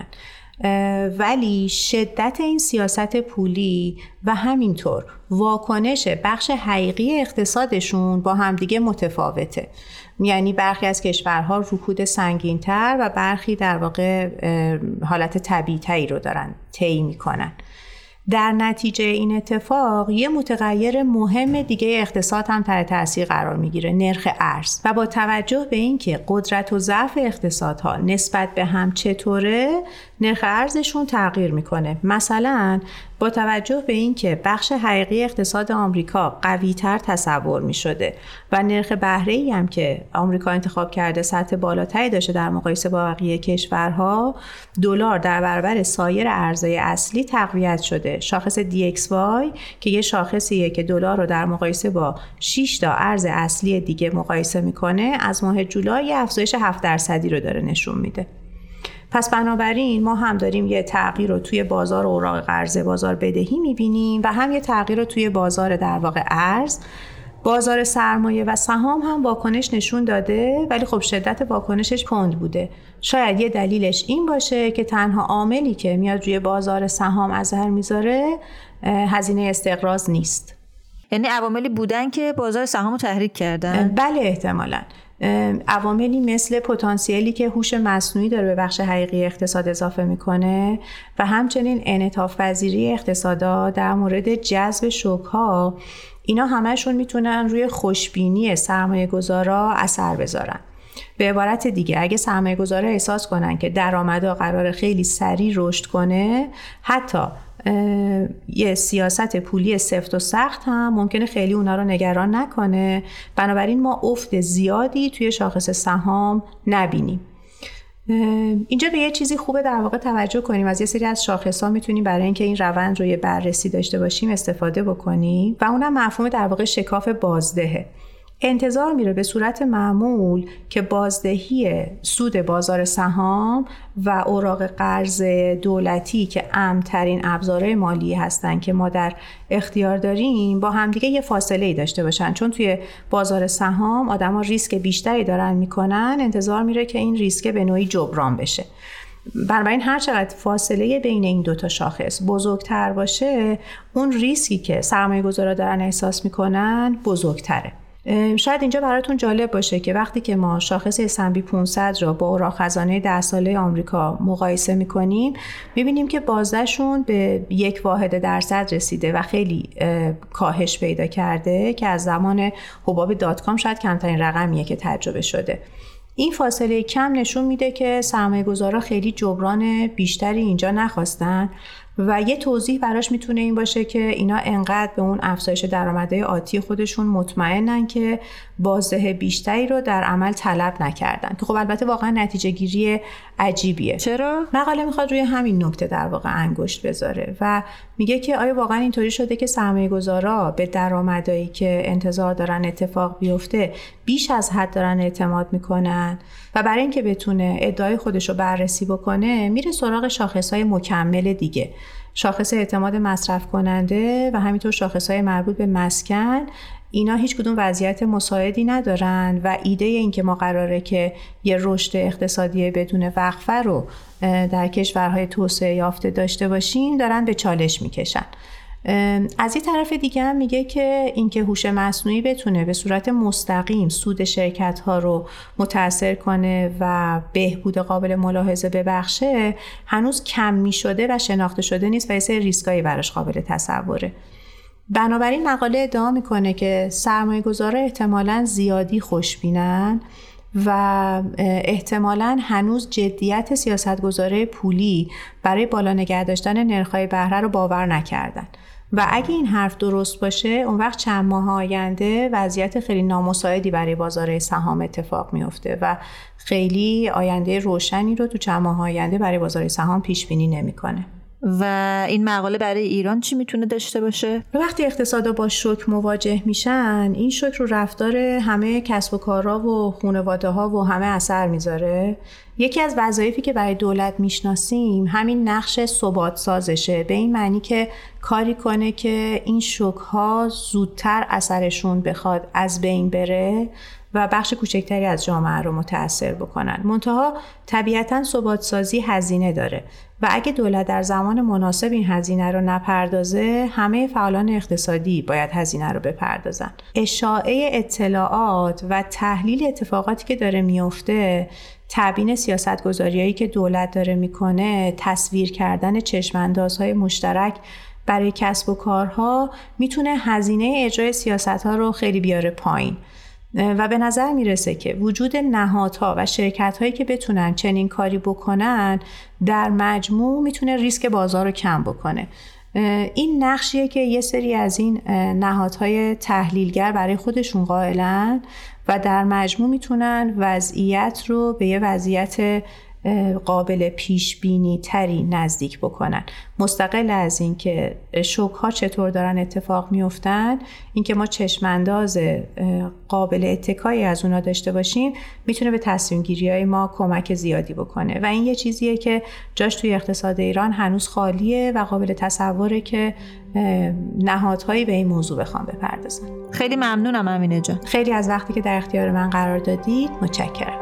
ولی شدت این سیاست پولی و همینطور واکنش بخش حقیقی اقتصادشون با همدیگه متفاوته. یعنی برخی از کشورها رکود سنگین‌تر و برخی در واقع حالت طبیعی رو دارن طی می‌کنن. در نتیجه این اتفاق یه متغیر مهم دیگه اقتصاد هم تحت تاثیر قرار میگیره، نرخ ارز. و با توجه به اینکه قدرت و ضعف اقتصادها نسبت به هم چطوره، نرخ ارزشون تغییر میکنه. مثلا با توجه به اینکه بخش حقیقی اقتصاد آمریکا قوی‌تر تصور می‌شده و نرخ بهره‌ای هم که آمریکا انتخاب کرده سطح بالاتری داشته در مقایسه با بقیه کشورها، دلار در برابر سایر ارزهای اصلی تقویت شده. شاخص دی ایکس وای که یه شاخصیه که دلار رو در مقایسه با شش تا ارز اصلی دیگه مقایسه میکنه، از ماه جولای افزایش هفت درصدی رو داره نشون میده. پس بنابراین ما هم داریم یه تغییر رو توی بازار اوراق قرضه، بازار بدهی میبینیم و هم یه تغییر رو توی بازار در واقع ارز. بازار سرمایه و سهام هم واکنش نشون داده، ولی خب شدت واکنشش کند بوده. شاید یه دلیلش این باشه که تنها عاملی که میاد روی بازار سهام اثر میذاره هزینه استقراض نیست. یعنی عواملی بودن که بازار سهام رو تحریک کردن؟ بله احتمالاً. عواملی مثل پتانسیلی که هوش مصنوعی داره به بخش حقیقی اقتصاد اضافه میکنه و همچنین انعطاف پذیری اقتصادا در مورد جذب شوک‌ها، اینا همشون میتونن روی خوشبینی سرمایه گذارا اثر بذارن. به عبارت دیگه اگه سرمایه گذارا احساس کنن که درآمدها قراره خیلی سریع رشد کنه، حتی یه سیاست پولی سفت و سخت هم ممکنه خیلی اونا رو نگران نکنه، بنابراین ما افت زیادی توی شاخص سهام نبینیم. اینجا به یه چیزی خوبه در واقع توجه کنیم. از یه سری از شاخص‌ها میتونیم برای اینکه این روند رو یه بررسی داشته باشیم استفاده بکنیم و اونم مفهوم در واقع شکاف بازدهه. انتظار میره به صورت معمول که بازدهی سود بازار سهام و اوراق قرض دولتی که امن‌ترین ابزارهای مالی هستن که ما در اختیار داریم با همدیگه یه فاصله‌ای داشته باشن، چون توی بازار سهام آدم‌ها ریسک بیشتری دارن میکنن، انتظار میره که این ریسک به نوعی جبران بشه. بنابراین هر چقدر فاصله بین این دوتا شاخص بزرگتر باشه، اون ریسکی که سرمایه‌گذارا دارن احساس میکنن بزرگتره. شاید اینجا براتون جالب باشه که وقتی که ما شاخص اس اند پی پانصد رو با اوراق خزانه ده ساله آمریکا مقایسه میکنیم، میبینیم که بازدهشون به یک واحد درصد رسیده و خیلی کاهش پیدا کرده که از زمان حباب دات کام شاید کمترین رقمیه که تجربه شده. این فاصله کم نشون میده که سرمایه‌گذارا خیلی جبران بیشتری اینجا نخواستن و یه توضیح براش میتونه این باشه که اینا انقدر به اون افزایش درآمدهای آتی خودشون مطمئنن که بازده بیشتری رو در عمل طلب نکردن، که خب البته واقعا نتیجه گیری عجیبیه. چرا؟ مقاله میخواد روی همین نکته در واقع انگشت بذاره و میگه که آیا واقعا اینطوری شده که سرمایه‌گذارا به درآمدایی که انتظار دارن اتفاق بیفته بیش از حد دارن اعتماد میکنن و برای اینکه بتونه ادعای خودش رو بررسی بکنه میره سراغ شاخص‌های مکمل دیگه، شاخص اعتماد مصرف کننده و همینطور شاخص‌های مربوط به مسکن. اینا هیچ کدوم وضعیت مساعدی ندارن و ایده این که ما قراره که یه رشد اقتصادی بدون وقفه رو در کشورهای توسعه یافته داشته باشیم دارن به چالش میکشن. از این طرف دیگه هم میگه که اینکه هوش مصنوعی بتونه به صورت مستقیم سود شرکت‌ها رو متأثر کنه و بهبود قابل ملاحظه ببخشه هنوز کمی شده و شناخته شده نیست و یه سری ریسکایی براش قابل تصوره. بنابراین مقاله ادعا میکنه که سرمایه‌گذارا احتمالاً زیادی خوشبینن و احتمالاً هنوز جدیت سیاستگذاری پولی برای بالا نگه داشتن نرخ‌های بهره رو باور نکردن و اگه این حرف درست باشه اون وقت چند ماه آینده وضعیت خیلی نامساعدی برای بازار سهام اتفاق میفته و خیلی آینده روشنی رو تو چند ماه آینده برای بازار سهام پیش بینی نمیکنه. و این مقاله برای ایران چی میتونه داشته باشه؟ وقتی اقتصادها با شوک مواجه میشن، این شوک رو رفتار همه کسب و کارها و خانواده ها و همه اثر میذاره. یکی از وظایفی که برای دولت میشناسیم همین نقش ثبات سازشه، به این معنی که کاری کنه که این شوک ها زودتر اثرشون بخواد از بین بره و بخش کوچکتری از جامعه رو متأثر بکنن. منتها طبیعتاً ثبات سازی هزینه داره و اگه دولت در زمان مناسب این هزینه رو نپردازه، همه فعالان اقتصادی باید هزینه رو بپردازن. اشاعه اطلاعات و تحلیل اتفاقاتی که داره میفته، تبیین سیاستگذاریایی که دولت داره میکنه، تصویر کردن چشماندازهای مشترک برای کسب و کارها میتونه هزینه اجرای سیاست‌ها رو خیلی بیاره پایین و به نظر میرسه که وجود نهادها و شرکت‌هایی که بتونن چنین کاری بکنن در مجموع میتونه ریسک بازار رو کم بکنه. این نقشیه که یه سری از این نهادهای تحلیلگر برای خودشون قائلن و در مجموع میتونن وضعیت رو به یه وضعیت قابل پیش بینی تری نزدیک بکنن. مستقل از این که شوک ها چطور دارن اتفاق میفتن، این که ما چشمانداز قابل اتکایی از اونا داشته باشیم میتونه به تصمیم گیری های ما کمک زیادی بکنه و این یه چیزیه که جاش توی اقتصاد ایران هنوز خالیه و قابل تصوره که نهادهایی به این موضوع بخوام بپردازن. خیلی ممنونم امینه جان. خیلی از وقتی که در اختیار من قرار دادید متشکرم.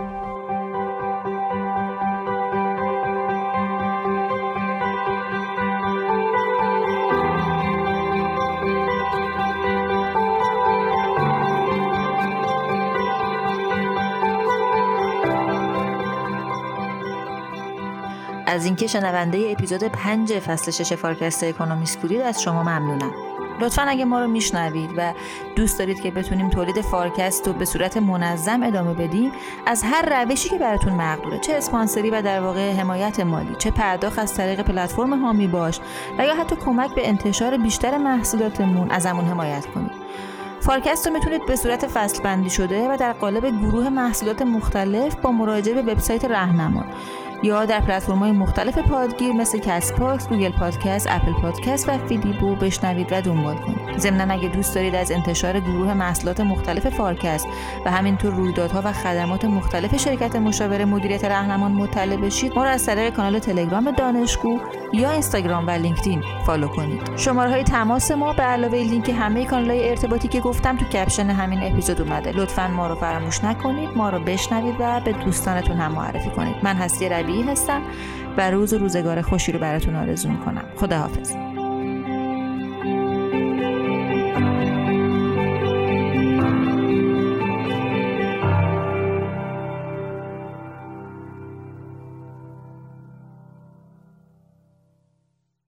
از اینکه شنونده اپیزود پنج فصل شش فارکست اکونومیست بودید از شما ممنونم. لطفاً اگه ما رو میشنوید و دوست دارید که بتونیم تولید فارکست رو به صورت منظم ادامه بدیم، از هر روشی که براتون مقدوره، چه اسپانسری و در واقع حمایت مالی، چه پرداخت از طریق پلتفرم هامی باش و یا حتی کمک به انتشار بیشتر محصولاتمون، ازمون حمایت کنید. فارکست رو میتونید به صورت فصل بندی شده و در قالب گروه محصولات مختلف با مراجعه به وبسایت راهنما یا در پلتفرم‌های مختلف پادگیر مثل کست باکس، گوگل پادکست، اپل پادکست و فیدیبو بشنوید و دنبال کنید. ضمناً اگه دوست دارید از انتشار گروه محصولات مختلف فارکست و همینطور رویدادها و خدمات مختلف شرکت مشاور مدیریت راهنما مطلع بشید، ما را از طریق کانال تلگرام دانشگو یا اینستاگرام و لینکدین فالو کنید. شماره‌های تماس ما به علاوه لینک همه کانال‌های ارتباطی که گفتم تو کپشن همین اپیزود اومده. لطفاً ما رو فراموش نکنید، ما رو بشنوید و به دوستانتون هم معرفی کنید. من هستی ربیعی هستم و روز و روزگار خوشی رو براتون آرزو می‌کنم. خداحافظ.